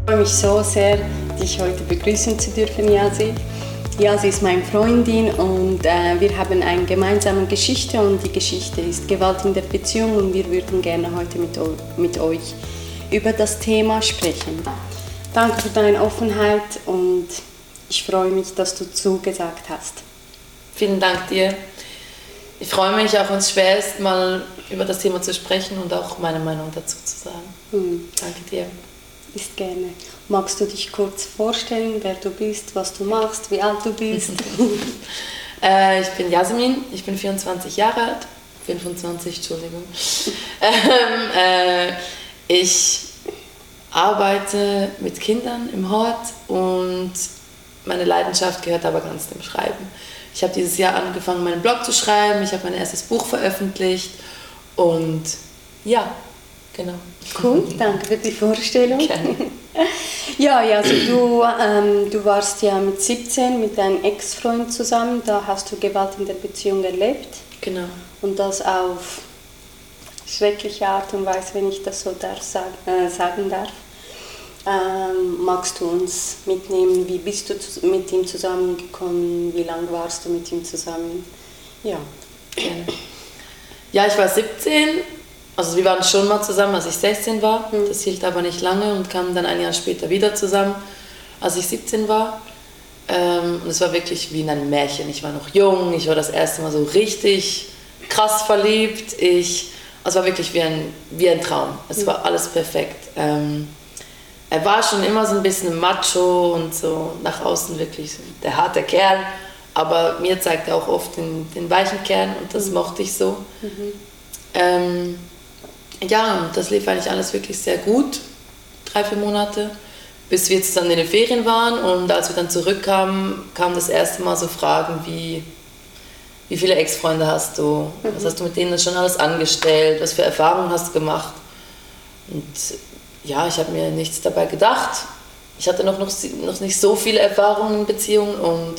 Ich freue mich so sehr, dich heute begrüßen zu dürfen, Yasi. Yasi ist meine Freundin und wir haben eine gemeinsame Geschichte und die Geschichte ist Gewalt in der Beziehung und wir würden gerne heute mit euch über das Thema sprechen. Danke für deine Offenheit und ich freue mich, dass du zugesagt hast. Vielen Dank dir. Ich freue mich, auch wenn es schwer ist, mal über das Thema zu sprechen und auch meine Meinung dazu zu sagen. Danke dir. Ist gerne. Magst du dich kurz vorstellen, wer du bist, was du machst, wie alt du bist? Ich bin Jasmin, ich bin 24 Jahre alt. 25, Entschuldigung. Ich arbeite mit Kindern im Hort und meine Leidenschaft gehört aber ganz dem Schreiben. Ich habe dieses Jahr angefangen, meinen Blog zu schreiben, ich habe mein erstes Buch veröffentlicht und ja, genau. Cool, danke für die Vorstellung. Gerne. Ja, also du warst ja mit 17 mit deinem Ex-Freund zusammen, da hast du Gewalt in der Beziehung erlebt. Genau. Und das auf schreckliche Art und Weise, wenn ich das so sagen darf. Magst du uns mitnehmen, wie bist du mit ihm zusammengekommen, wie lange warst du mit ihm zusammen? Ja. Gerne. Ja, ich war 17, also wir waren schon mal zusammen, als ich 16 war. Das hielt aber nicht lange und kamen dann ein Jahr später wieder zusammen, als ich 17 war. Und es war wirklich wie in einem Märchen. Ich war noch jung, ich war das erste Mal so richtig krass verliebt. Es war wirklich wie ein Traum. Es war alles perfekt. Er war schon immer so ein bisschen macho und so nach außen wirklich der harte Kerl, aber mir zeigt er auch oft den weichen Kern und das mochte ich so. Ja, und das lief eigentlich alles wirklich sehr gut, 3-4 Monate, bis wir zusammen in den Ferien waren und als wir dann zurückkamen, kamen das erste Mal so Fragen wie viele Ex-Freunde hast du, was hast du mit denen schon alles angestellt, was für Erfahrungen hast du gemacht? Und ja, ich habe mir nichts dabei gedacht. Ich hatte noch nicht so viele Erfahrungen in Beziehungen und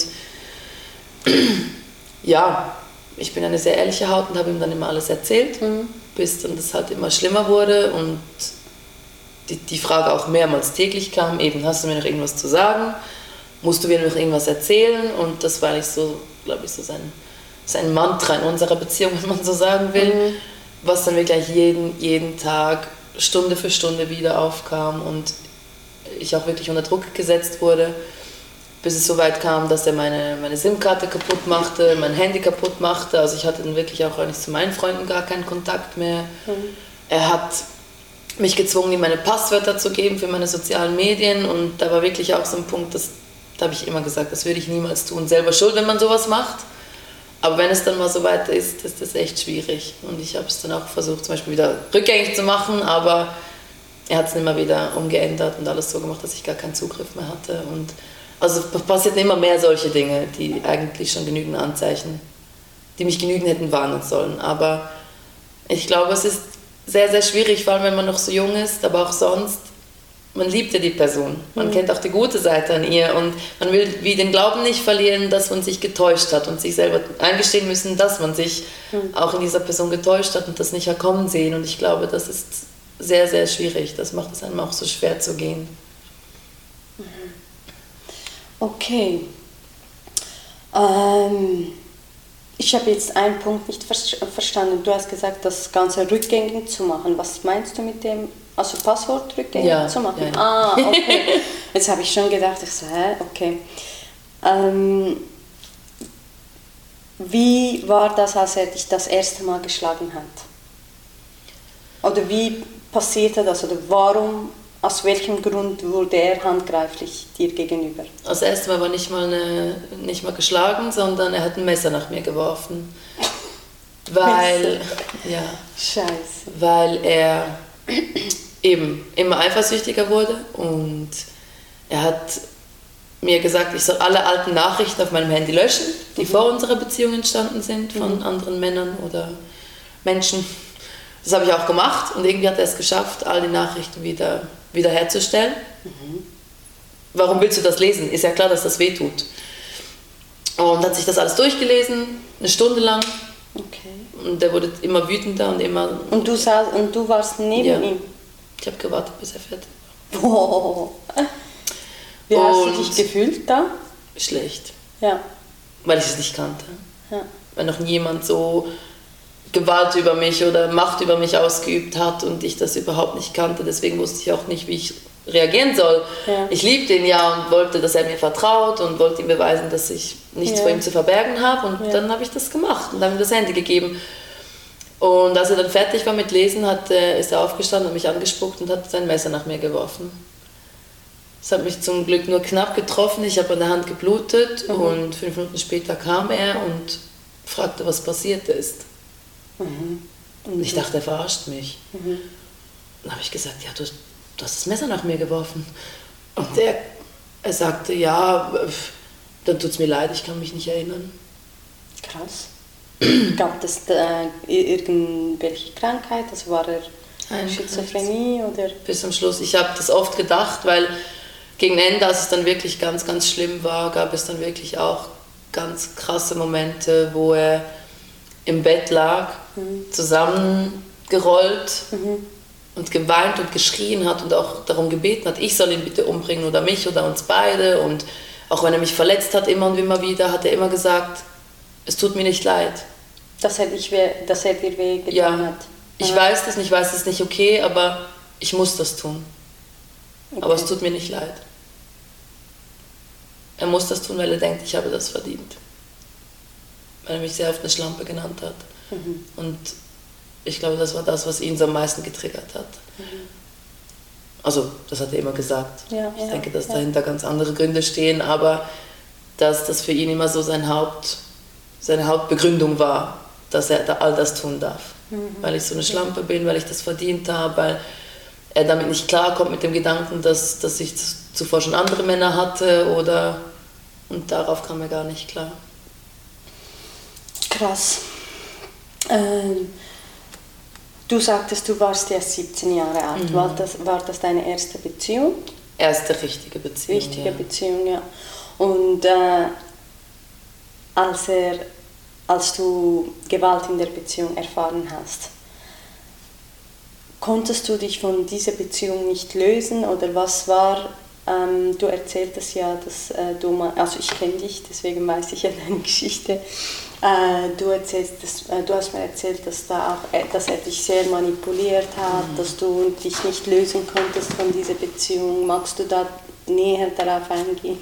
ja, ich bin eine sehr ehrliche Haut und habe ihm dann immer alles erzählt, bis dann das halt immer schlimmer wurde und die Frage auch mehrmals täglich kam, eben, hast du mir noch irgendwas zu sagen? Musst du mir noch irgendwas erzählen? Und das war nicht so, glaube ich, so sein Mantra in unserer Beziehung, wenn man so sagen will, was dann wirklich jeden Tag Stunde für Stunde wieder aufkam und ich auch wirklich unter Druck gesetzt wurde, bis es so weit kam, dass er meine SIM-Karte kaputt machte, mein Handy kaputt machte. Also ich hatte dann wirklich auch eigentlich zu meinen Freunden gar keinen Kontakt mehr. Er hat mich gezwungen, ihm meine Passwörter zu geben für meine sozialen Medien und da war wirklich auch so ein Punkt, da habe ich immer gesagt, das würde ich niemals tun. Selber schuld, wenn man sowas macht. Aber wenn es dann mal so weit ist das echt schwierig. Und ich habe es dann auch versucht, zum Beispiel wieder rückgängig zu machen, aber er hat es immer wieder umgeändert und alles so gemacht, dass ich gar keinen Zugriff mehr hatte. Und also passierten immer mehr solche Dinge, die eigentlich schon genügend Anzeichen, die mich genügen hätten warnen sollen. Aber ich glaube, es ist sehr, sehr schwierig, vor allem wenn man noch so jung ist, aber auch sonst. Man liebt ja die Person, man kennt auch die gute Seite an ihr und man will wie den Glauben nicht verlieren, dass man sich getäuscht hat und sich selber eingestehen müssen, dass man sich auch in dieser Person getäuscht hat und das nicht herkommen sehen. Und ich glaube, das ist sehr, sehr schwierig. Das macht es einem auch so schwer zu gehen. Okay. Ich habe jetzt einen Punkt nicht verstanden. Du hast gesagt, das Ganze rückgängig zu machen. Was meinst du mit dem? Also Passwort rückgängig zu machen? Ja. Okay. Jetzt habe ich schon gedacht, okay. Wie war das, als er dich das erste Mal geschlagen hat? Oder wie passierte das? Oder warum, aus welchem Grund wurde er handgreiflich dir gegenüber? Das erste Mal war nicht mal geschlagen, sondern er hat ein Messer nach mir geworfen. Weil, ja, Scheiße. Weil er eben immer eifersüchtiger wurde und er hat mir gesagt, ich soll alle alten Nachrichten auf meinem Handy löschen, die vor unserer Beziehung entstanden sind, von anderen Männern oder Menschen. Das habe ich auch gemacht und irgendwie hat er es geschafft, all die Nachrichten wieder herzustellen. Warum willst du das lesen? Ist ja klar, dass das wehtut. Und hat sich das alles durchgelesen, eine Stunde lang. Okay. Und der wurde immer wütender und immer... Und du warst neben ihm? Ich habe gewartet, bis er fertig Wow. Wie hast du dich gefühlt da? Schlecht. Ja. Weil ich es nicht kannte. Ja. Weil noch niemand so Gewalt über mich oder Macht über mich ausgeübt hat und ich das überhaupt nicht kannte. Deswegen wusste ich auch nicht, wie ich reagieren soll. Ja. Ich liebte ihn ja und wollte, dass er mir vertraut und wollte ihm beweisen, dass ich nichts vor ihm zu verbergen habe. Und dann habe ich das gemacht und habe ihm das Handy gegeben. Und als er dann fertig war mit Lesen, ist er aufgestanden und mich angespuckt und hat sein Messer nach mir geworfen. Es hat mich zum Glück nur knapp getroffen, ich habe an der Hand geblutet und 5 Minuten später kam er und fragte, was passiert ist. Und ich dachte, er verarscht mich. Dann habe ich gesagt, ja, du hast das Messer nach mir geworfen. Und er sagte, ja, dann tut es mir leid, ich kann mich nicht erinnern. Krass. Gab es irgendwelche Krankheit? Also war er Schizophrenie oder? Bis zum Schluss. Ich habe das oft gedacht, weil gegen Ende, als es dann wirklich ganz, ganz schlimm war, gab es dann wirklich auch ganz krasse Momente, wo er im Bett lag, zusammengerollt und geweint und geschrien hat und auch darum gebeten hat, ich soll ihn bitte umbringen oder mich oder uns beide. Und auch wenn er mich verletzt hat, immer und immer wieder, hat er immer gesagt, es tut mir nicht leid. Dass er dir weh getan hat? Ich weiß das nicht, ich weiß, das ist nicht okay, aber ich muss das tun. Okay. Aber es tut mir nicht leid. Er muss das tun, weil er denkt, ich habe das verdient. Weil er mich sehr oft eine Schlampe genannt hat. Und ich glaube, das war das, was ihn so am meisten getriggert hat. Also, das hat er immer gesagt. Ich denke, dass dahinter ganz andere Gründe stehen, aber dass das für ihn immer so seine Hauptbegründung war, dass er da all das tun darf. Weil ich so eine Schlampe bin, weil ich das verdient habe, weil er damit nicht klarkommt mit dem Gedanken, dass ich zuvor schon andere Männer hatte und darauf kam er gar nicht klar. Krass. Du sagtest, du warst erst 17 Jahre alt. War das deine erste Beziehung? Erste richtige Beziehung. Richtige Beziehung, ja. Und als du Gewalt in der Beziehung erfahren hast, konntest du dich von dieser Beziehung nicht lösen oder was war, du erzähltest ja, dass also ich kenne dich, deswegen weiß ich ja deine Geschichte, du hast mir erzählt, dass er dich sehr manipuliert hat, dass du dich nicht lösen konntest von dieser Beziehung. Magst du da näher darauf eingehen?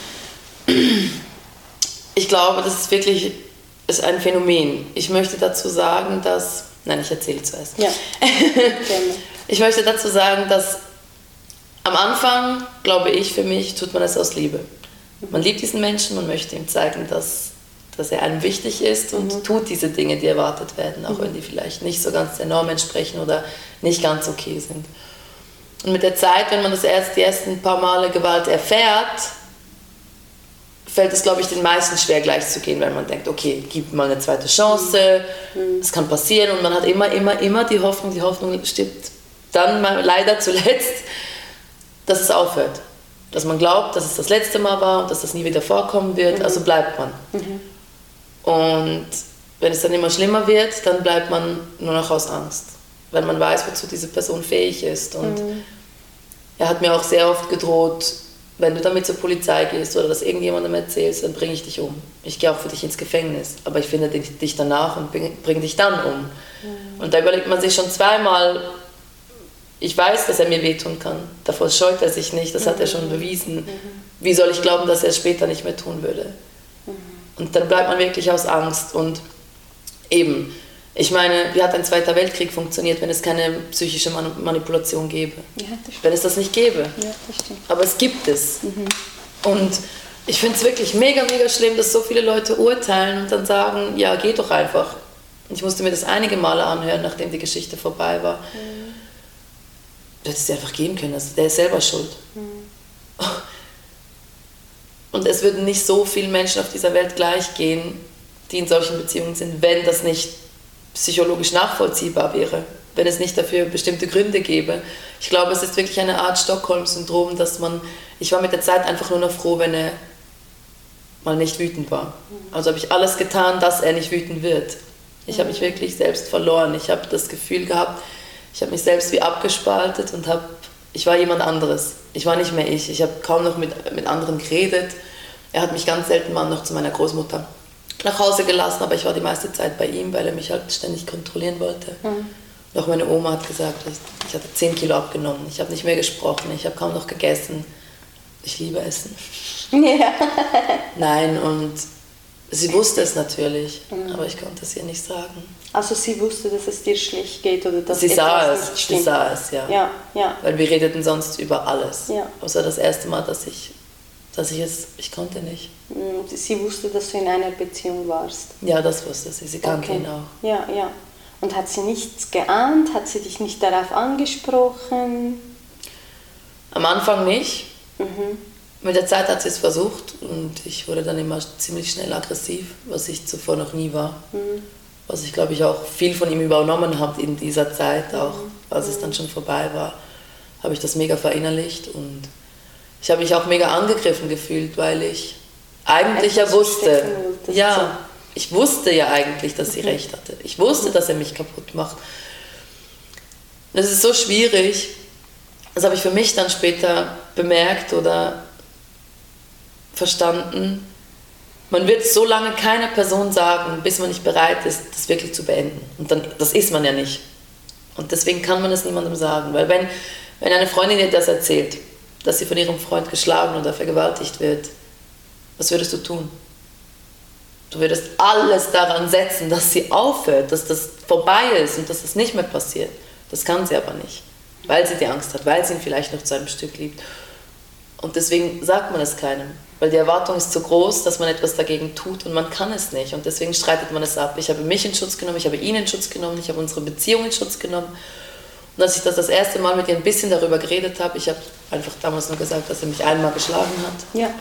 Ich glaube, das ist wirklich ein Phänomen. Ich möchte dazu sagen, dass... Nein, ich erzähle zuerst. Ja, gerne. Ich möchte dazu sagen, dass am Anfang, glaube ich, für mich, tut man es aus Liebe. Man liebt diesen Menschen, man möchte ihm zeigen, dass er einem wichtig ist und tut diese Dinge, die erwartet werden, auch wenn die vielleicht nicht so ganz der Norm entsprechen oder nicht ganz okay sind. Und mit der Zeit, wenn man die ersten paar Male Gewalt erfährt, fällt es, glaube ich, den meisten schwer gleich zu gehen, weil man denkt, okay, gib mal eine zweite Chance, es kann passieren und man hat immer die Hoffnung stirbt dann mal leider zuletzt, dass es aufhört. Dass man glaubt, dass es das letzte Mal war und dass das nie wieder vorkommen wird, also bleibt man. Und wenn es dann immer schlimmer wird, dann bleibt man nur noch aus Angst, weil man weiß, wozu diese Person fähig ist. Und er hat mir auch sehr oft gedroht, wenn du damit zur Polizei gehst oder das irgendjemandem erzählst, dann bringe ich dich um. Ich gehe auch für dich ins Gefängnis, aber ich finde dich danach und bringe dich dann um. Und da überlegt man sich schon zweimal, ich weiß, dass er mir wehtun kann. Davor scheut er sich nicht, das hat er schon bewiesen. Wie soll ich glauben, dass er es später nicht mehr tun würde? Und dann bleibt man wirklich aus Angst. Und eben, ich meine, wie hat ein Zweiter Weltkrieg funktioniert, wenn es keine psychische Manipulation gäbe? Ja, wenn es das nicht gäbe. Ja, das stimmt. Aber es gibt es. Und ich finde es wirklich mega, mega schlimm, dass so viele Leute urteilen und dann sagen, ja, geh doch einfach. Und ich musste mir das einige Male anhören, nachdem die Geschichte vorbei war. Du hättest einfach gehen können, also der ist selber schuld. Und es würden nicht so viele Menschen auf dieser Welt gleich gehen, die in solchen Beziehungen sind, wenn das nicht psychologisch nachvollziehbar wäre, wenn es nicht dafür bestimmte Gründe gäbe. Ich glaube, es ist wirklich eine Art Stockholm-Syndrom, ich war mit der Zeit einfach nur noch froh, wenn er mal nicht wütend war. Also habe ich alles getan, dass er nicht wütend wird. Ich habe mich wirklich selbst verloren. Ich habe das Gefühl gehabt, ich habe mich selbst wie abgespaltet und habe Ich war jemand anderes. Ich war nicht mehr ich. Ich habe kaum noch mit anderen geredet. Er hat mich ganz selten mal noch zu meiner Großmutter nach Hause gelassen, aber ich war die meiste Zeit bei ihm, weil er mich halt ständig kontrollieren wollte. Und auch meine Oma hat gesagt, ich hatte 10 Kilo abgenommen. Ich habe nicht mehr gesprochen, ich habe kaum noch gegessen. Ich liebe Essen. Ja. Nein, und sie wusste es natürlich, aber ich konnte es ihr nicht sagen. Also sie wusste, dass es dir schlecht geht oder dass Sie sah etwas nicht es, stimmt. sie sah es, ja. Ja, ja. Weil wir redeten sonst über alles. Ja. Außer das erste Mal, dass ich konnte nicht. Sie wusste, dass du in einer Beziehung warst. Ja, das wusste sie kannte ihn auch. Ja, ja. Und hat sie nichts geahnt? Hat sie dich nicht darauf angesprochen? Am Anfang nicht. Mit der Zeit hat sie es versucht und ich wurde dann immer ziemlich schnell aggressiv, was ich zuvor noch nie war. Was ich, glaube ich, auch viel von ihm übernommen habe in dieser Zeit, auch als es dann schon vorbei war, habe ich das mega verinnerlicht und ich habe mich auch mega angegriffen gefühlt, weil ich eigentlich ja wusste, ich wusste ja eigentlich, dass sie recht hatte. Ich wusste, dass er mich kaputt macht. Das ist so schwierig. Das habe ich für mich dann später bemerkt oder verstanden. Man wird so lange keiner Person sagen, bis man nicht bereit ist, das wirklich zu beenden. Und dann, das ist man ja nicht. Und deswegen kann man es niemandem sagen. Weil wenn eine Freundin dir das erzählt, dass sie von ihrem Freund geschlagen oder vergewaltigt wird, was würdest du tun? Du würdest alles daran setzen, dass sie aufhört, dass das vorbei ist und dass das nicht mehr passiert. Das kann sie aber nicht, weil sie die Angst hat, weil sie ihn vielleicht noch zu einem Stück liebt. Und deswegen sagt man es keinem, weil die Erwartung ist zu groß, dass man etwas dagegen tut und man kann es nicht. Und deswegen streitet man es ab. Ich habe mich in Schutz genommen, ich habe ihn in Schutz genommen, ich habe unsere Beziehung in Schutz genommen. Und als ich das erste Mal mit ihr ein bisschen darüber geredet habe, ich habe einfach damals nur gesagt, dass er mich einmal geschlagen hat. Ja.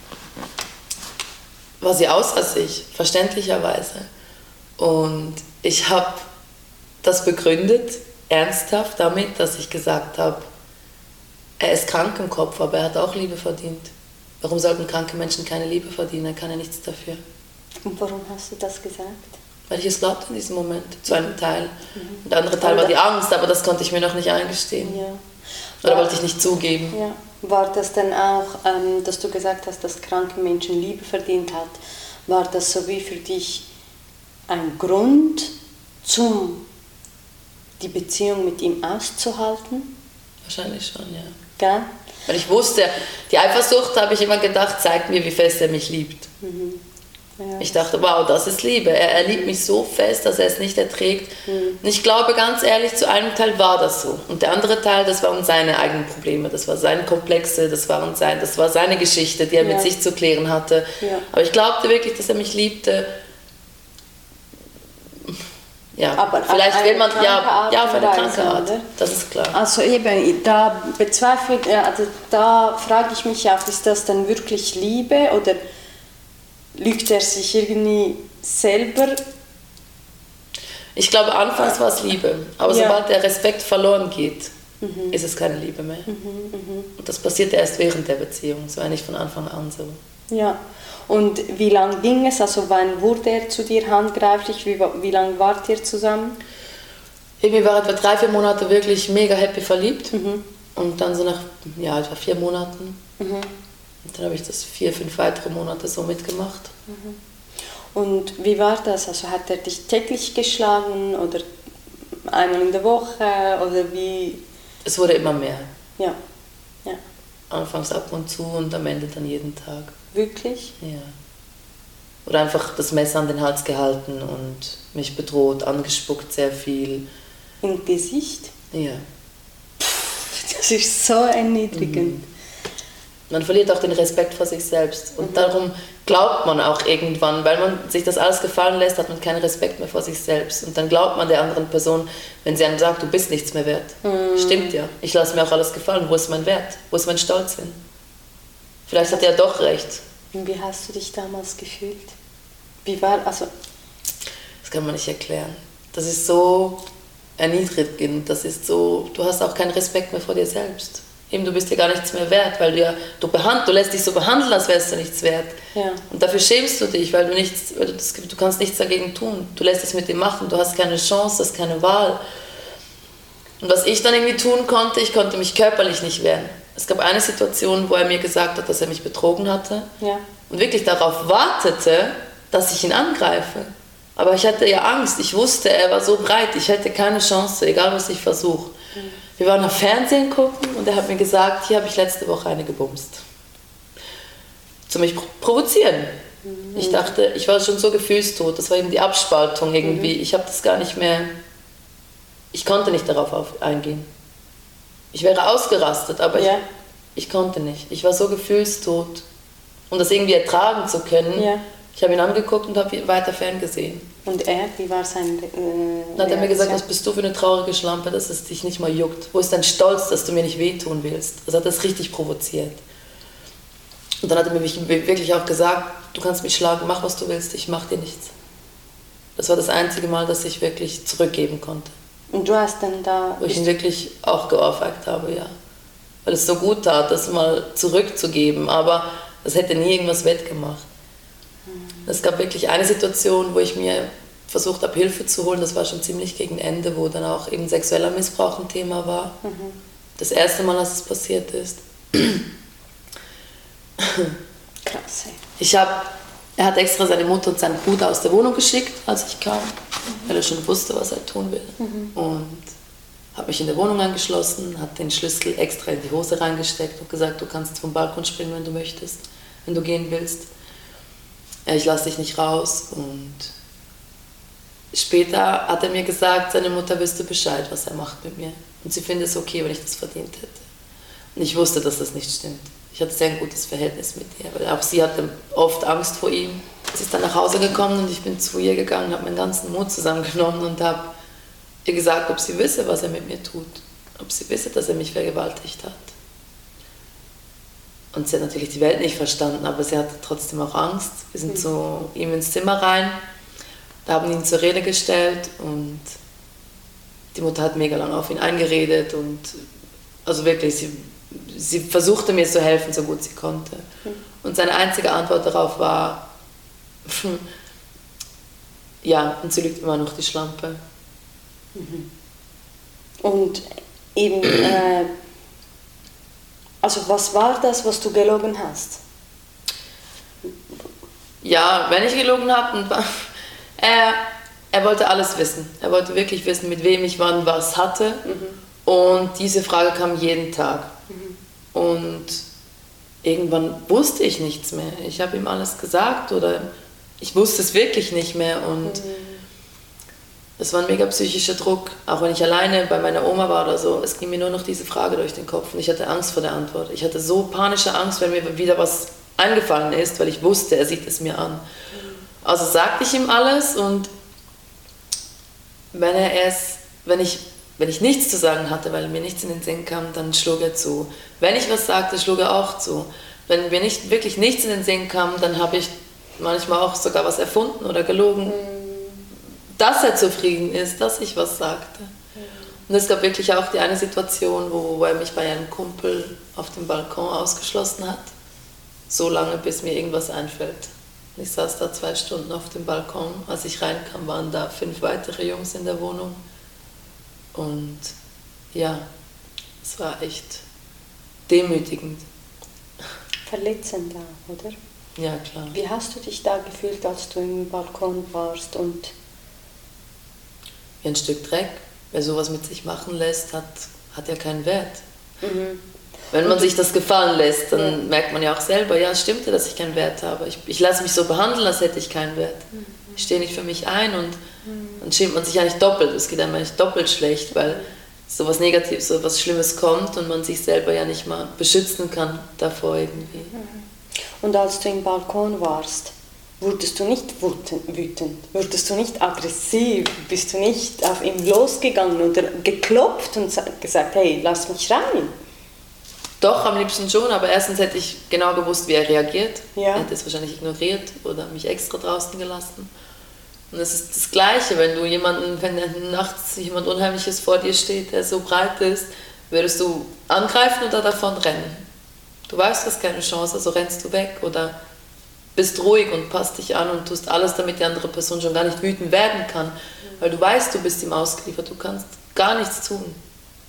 War sie außer sich, verständlicherweise. Und ich habe das begründet, ernsthaft, damit, dass ich gesagt habe, er ist krank im Kopf, aber er hat auch Liebe verdient. Warum sollten kranke Menschen keine Liebe verdienen? Er kann ja nichts dafür. Und warum hast du das gesagt? Weil ich es glaubte in diesem Moment, zu einem Teil. Und der andere Teil war die Angst, aber das konnte ich mir noch nicht eingestehen. Ja. Oder wollte ich nicht zugeben. Ja. War das denn auch, dass du gesagt hast, dass kranke Menschen Liebe verdient hat, war das so wie für dich ein Grund, die Beziehung mit ihm auszuhalten? Wahrscheinlich schon, ja. Gell? Weil ich wusste, die Eifersucht, habe ich immer gedacht, zeigt mir, wie fest er mich liebt. Ja. Ich dachte, wow, das ist Liebe. Er liebt mich so fest, dass er es nicht erträgt. Und ich glaube, ganz ehrlich, zu einem Teil war das so. Und der andere Teil, das waren seine eigenen Probleme, das war seine Komplexe, das war seine Geschichte, die er mit sich zu klären hatte. Ja. Aber ich glaubte wirklich, dass er mich liebte. Ja, aber vielleicht will man, auf eine kranke Art, das ist klar. Also eben, da frage ich mich auch, ist das dann wirklich Liebe oder lügt er sich irgendwie selber? Ich glaube, anfangs war es Liebe, aber sobald der Respekt verloren geht, ist es keine Liebe mehr. Und das passiert erst während der Beziehung, es war nicht von Anfang an so. Ja, und wie lange ging es? Also wann wurde er zu dir handgreiflich? Wie lange wart ihr zusammen? Wir waren etwa 3-4 Monate wirklich mega happy verliebt. Und dann so nach etwa 4 Monaten. Und dann habe ich das 4-5 weitere Monate so mitgemacht. Und wie war das? Also hat er dich täglich geschlagen oder einmal in der Woche oder wie? Es wurde immer mehr. Ja. Anfangs ab und zu und am Ende dann jeden Tag. Wirklich? Ja. Oder einfach das Messer an den Hals gehalten und mich bedroht, angespuckt sehr viel. Im Gesicht? Ja. Das ist so erniedrigend. Man verliert auch den Respekt vor sich selbst. Und darum glaubt man auch irgendwann, weil man sich das alles gefallen lässt, hat man keinen Respekt mehr vor sich selbst. Und dann glaubt man der anderen Person, wenn sie einem sagt, du bist nichts mehr wert. Stimmt ja. Ich lasse mir auch alles gefallen. Wo ist mein Wert? Wo ist mein Stolz hin? Vielleicht hat er doch recht. Und wie hast du dich damals gefühlt? Wie war, also... Das kann man nicht erklären. Das ist so erniedrigend. Das ist so, du hast auch keinen Respekt mehr vor dir selbst. Eben, du bist dir gar nichts mehr wert, weil du lässt dich so behandeln, als wärst du nichts wert. Ja. Und dafür schämst du dich, weil du kannst nichts dagegen tun. Du lässt es mit dir machen, du hast keine Chance, du hast keine Wahl. Und was ich dann irgendwie tun konnte, ich konnte mich körperlich nicht wehren. Es gab eine Situation, wo er mir gesagt hat, dass er mich betrogen hatte. Ja. Und wirklich darauf wartete, dass ich ihn angreife. Aber ich hatte ja Angst. Ich wusste, er war so breit, ich hätte keine Chance, egal was ich versuche. Wir waren auf Fernsehen gucken und er hat mir gesagt, hier habe ich letzte Woche eine gebumst. Zu mich provozieren. Ich dachte, ich war schon so gefühlstot. Das war eben die Abspaltung irgendwie. Ich habe das gar nicht mehr... Ich konnte nicht darauf eingehen. Ich wäre ausgerastet, aber ich konnte nicht. Ich war so gefühlstot. Um das irgendwie ertragen zu können, ich habe ihn angeguckt und habe weiter ferngesehen. Und er, wie war sein Dann hat er mir gesagt, was bist du für eine traurige Schlampe, dass es dich nicht mal juckt. Wo ist dein Stolz, dass du mir nicht wehtun willst? Also hat das richtig provoziert. Und dann hat er mir wirklich auch gesagt, du kannst mich schlagen, mach was du willst, ich mach dir nichts. Das war das einzige Mal, dass ich wirklich zurückgeben konnte. Und du hast dann da... Wo ich ihn wirklich auch geohrfeigt habe, ja. Weil es so gut tat, das mal zurückzugeben, aber das hätte nie irgendwas wettgemacht. Es gab wirklich eine Situation, wo ich mir versucht habe, Hilfe zu holen, das war schon ziemlich gegen Ende, wo dann auch eben sexueller Missbrauch ein Thema war. Das erste Mal, dass es passiert ist. Krass. Er hat extra seine Mutter und seinen Bruder aus der Wohnung geschickt, als ich kam, weil er schon wusste, was er tun will. Und habe mich in der Wohnung angeschlossen, hat den Schlüssel extra in die Hose reingesteckt und gesagt, du kannst vom Balkon springen, wenn du möchtest, wenn du gehen willst. Ich lasse dich nicht raus. Und später hat er mir gesagt, seine Mutter wüsste Bescheid, was er macht mit mir. Und sie findet es okay, wenn ich das verdient hätte. Und ich wusste, dass das nicht stimmt. Ich hatte sehr ein gutes Verhältnis mit ihr, weil auch sie hatte oft Angst vor ihm. Sie ist dann nach Hause gekommen und ich bin zu ihr gegangen, habe meinen ganzen Mut zusammengenommen und habe ihr gesagt, ob sie wisse, was er mit mir tut. Ob sie wisse, dass er mich vergewaltigt hat. Und sie hat natürlich die Welt nicht verstanden, aber sie hatte trotzdem auch Angst. Wir sind zu ihm ins Zimmer rein, da haben ihn zur Rede gestellt und die Mutter hat mega lang auf ihn eingeredet und also wirklich, sie versuchte mir zu helfen, so gut sie konnte. Und seine einzige Antwort darauf war, ja, und sie lügt immer noch, die Schlampe. Und eben, also was war das, was du gelogen hast? Ja, wenn ich gelogen habe, er wollte alles wissen. Er wollte wirklich wissen, mit wem ich wann was hatte. Und diese Frage kam jeden Tag. Und irgendwann wusste ich nichts mehr. Ich habe ihm alles gesagt oder ich wusste es wirklich nicht mehr. Und es war ein mega psychischer Druck, auch wenn ich alleine bei meiner Oma war oder so. Es ging mir nur noch diese Frage durch den Kopf und ich hatte Angst vor der Antwort. Ich hatte so panische Angst, wenn mir wieder was eingefallen ist, weil ich wusste, er sieht es mir an. Also sagte ich ihm alles und wenn ich nichts zu sagen hatte, weil mir nichts in den Sinn kam, dann schlug er zu. Wenn ich was sagte, schlug er auch zu. Wenn mir wirklich nichts in den Sinn kam, dann habe ich manchmal auch sogar was erfunden oder gelogen, dass er zufrieden ist, dass ich was sagte. Und es gab wirklich auch die eine Situation, wo er mich bei einem Kumpel auf dem Balkon ausgeschlossen hat. So lange, bis mir irgendwas einfällt. Ich saß da 2 Stunden auf dem Balkon. Als ich reinkam, waren da 5 weitere Jungs in der Wohnung. Und ja, es war echt demütigend. Verletzend auch, oder? Ja, klar. Wie hast du dich da gefühlt, als du im Balkon warst? Und wie ein Stück Dreck. Wer sowas mit sich machen lässt, hat ja keinen Wert. Wenn man sich das gefallen lässt, dann merkt man ja auch selber, ja, es stimmt ja, dass ich keinen Wert habe. Ich lasse mich so behandeln, als hätte ich keinen Wert. Ich stehe nicht für mich ein und dann schämt man sich eigentlich doppelt. Es geht einem nicht doppelt schlecht, weil so was Negatives, so was Schlimmes kommt und man sich selber ja nicht mal beschützen kann davor irgendwie. Und als du im Balkon warst, wurdest du nicht wütend? Wurdest du nicht aggressiv? Bist du nicht auf ihn losgegangen oder geklopft und gesagt, hey, lass mich rein? Doch, am liebsten schon, aber erstens hätte ich genau gewusst, wie er reagiert. Ja. Er hätte es wahrscheinlich ignoriert oder mich extra draußen gelassen. Und es ist das Gleiche, wenn nachts jemand Unheimliches vor dir steht, der so breit ist, würdest du angreifen oder davon rennen? Du weißt, du hast keine Chance, also rennst du weg oder bist ruhig und passt dich an und tust alles, damit die andere Person schon gar nicht wütend werden kann. Weil du weißt, du bist ihm ausgeliefert, du kannst gar nichts tun.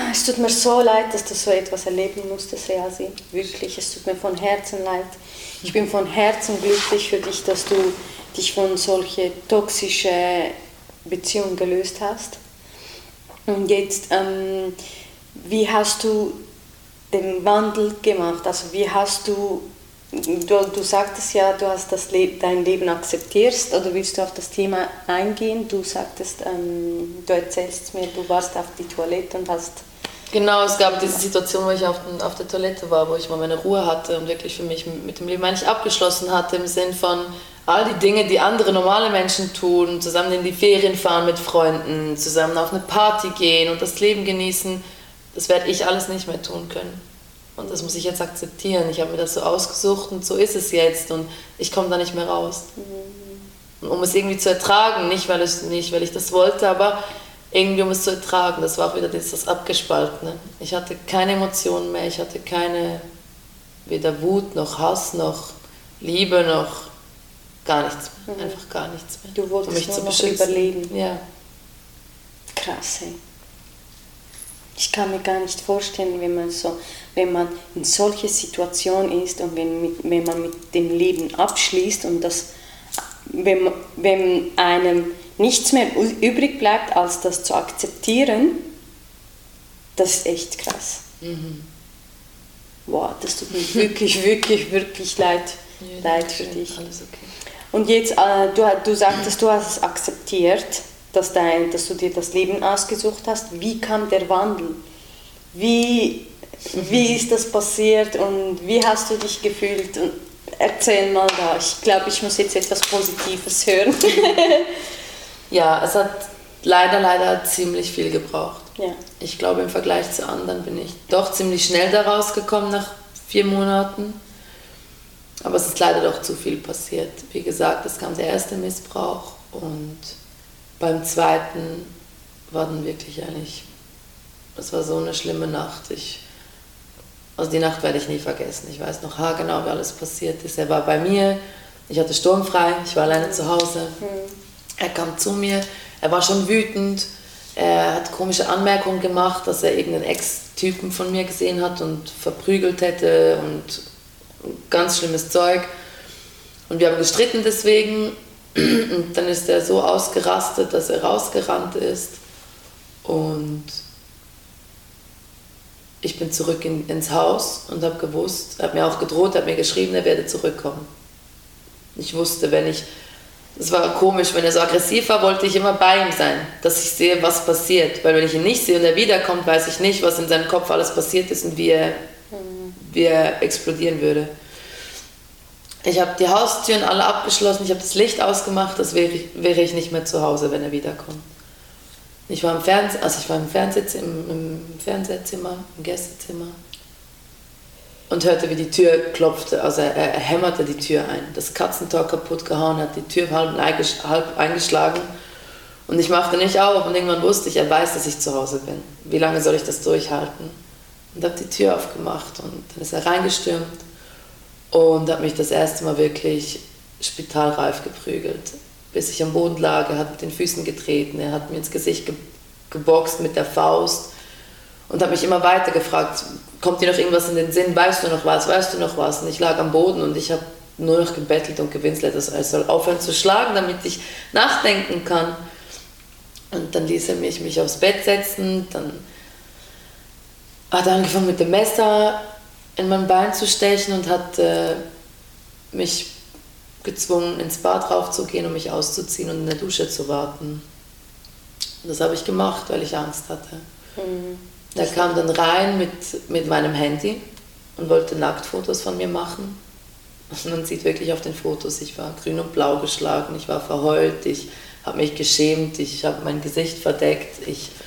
Es tut mir so leid, dass du so etwas erleben musstest, Seasi. Wirklich, es tut mir von Herzen leid. Ich bin von Herzen glücklich für dich, dass du dich von solchen toxischen Beziehungen gelöst hast. Und jetzt, wie hast du den Wandel gemacht? Also wie hast du sagtest ja, du hast dein Leben akzeptierst, oder willst du auf das Thema eingehen? Du sagtest, du erzählst mir, du warst auf die Toilette und hast... Genau, es gab diese Situation, wo ich auf der Toilette war, wo ich mal meine Ruhe hatte und wirklich für mich mit dem Leben eigentlich abgeschlossen hatte, im Sinn von all die Dinge, die andere normale Menschen tun, zusammen in die Ferien fahren mit Freunden, zusammen auf eine Party gehen und das Leben genießen, das werde ich alles nicht mehr tun können. Und das muss ich jetzt akzeptieren. Ich habe mir das so ausgesucht und so ist es jetzt und ich komme da nicht mehr raus. Um es irgendwie zu ertragen, nicht weil ich das wollte, aber irgendwie um es zu ertragen. Das war auch wieder das Abgespaltene. Ich hatte keine Emotionen mehr, ich hatte weder Wut noch Hass noch Liebe noch gar nichts mehr. Einfach gar nichts mehr. Du wolltest nur noch überleben. Ja. Krass, ey. Ich kann mir gar nicht vorstellen, wenn man in solcher Situation ist und wenn man mit dem Leben abschließt und wenn einem nichts mehr übrig bleibt, als das zu akzeptieren, das ist echt krass. Wow, das tut mir wirklich, wirklich, wirklich leid für dich. Alles okay. Und jetzt, du sagtest, du hast es akzeptiert, dass du dir das Leben ausgesucht hast. Wie kam der Wandel? Wie ist das passiert und wie hast du dich gefühlt? Und erzähl mal da. Ich glaube, ich muss jetzt etwas Positives hören. Ja, es hat leider ziemlich viel gebraucht. Ja. Ich glaube, im Vergleich zu anderen bin ich doch ziemlich schnell da rausgekommen nach 4 Monaten. Aber es ist leider doch zu viel passiert. Wie gesagt, es kam der erste Missbrauch und beim zweiten war dann wirklich das war so eine schlimme Nacht. Also die Nacht werde ich nie vergessen. Ich weiß noch haargenau, wie alles passiert ist. Er war bei mir, ich hatte sturmfrei, ich war alleine zu Hause. Er kam zu mir, er war schon wütend, er hat komische Anmerkungen gemacht, dass er irgendeinen Ex-Typen von mir gesehen hat und verprügelt hätte und ganz schlimmes Zeug. Und wir haben gestritten deswegen. Und dann ist er so ausgerastet, dass er rausgerannt ist. Und ich bin zurück ins Haus und habe gewusst, er hat mir auch gedroht, er hat mir geschrieben, er werde zurückkommen. Ich wusste, es war komisch, wenn er so aggressiv war, wollte ich immer bei ihm sein, dass ich sehe, was passiert. Weil wenn ich ihn nicht sehe und er wiederkommt, weiß ich nicht, was in seinem Kopf alles passiert ist und wie er explodieren würde. Ich habe die Haustüren alle abgeschlossen, ich habe das Licht ausgemacht, das wäre ich nicht mehr zu Hause, wenn er wiederkommt. Ich war im Fernsehzimmer, im Gästezimmer und hörte, wie die Tür klopfte, also er hämmerte die Tür ein. Das Katzentor kaputt gehauen, hat die Tür halb eingeschlagen und ich machte nicht auf und irgendwann wusste ich, er weiß, dass ich zu Hause bin. Wie lange soll ich das durchhalten? Und habe die Tür aufgemacht und dann ist er reingestürmt und hat mich das erste Mal wirklich spitalreif geprügelt. Bis ich am Boden lag, er hat mit den Füßen getreten, er hat mir ins Gesicht geboxt mit der Faust und hat mich immer weiter gefragt, kommt dir noch irgendwas in den Sinn, weißt du noch was? Und ich lag am Boden und ich habe nur noch gebettelt und gewinselt, dass er soll aufhören zu schlagen, damit ich nachdenken kann. Und dann ließ er mich aufs Bett setzen, dann hat er angefangen mit dem Messer in mein Bein zu stechen und hat mich gezwungen, ins Bad raufzugehen, um mich auszuziehen und in der Dusche zu warten. Und das habe ich gemacht, weil ich Angst hatte. Er kam dann rein mit meinem Handy und wollte Nacktfotos von mir machen. Und man sieht wirklich auf den Fotos, ich war grün und blau geschlagen, ich war verheult, ich habe mich geschämt, ich habe mein Gesicht verdeckt.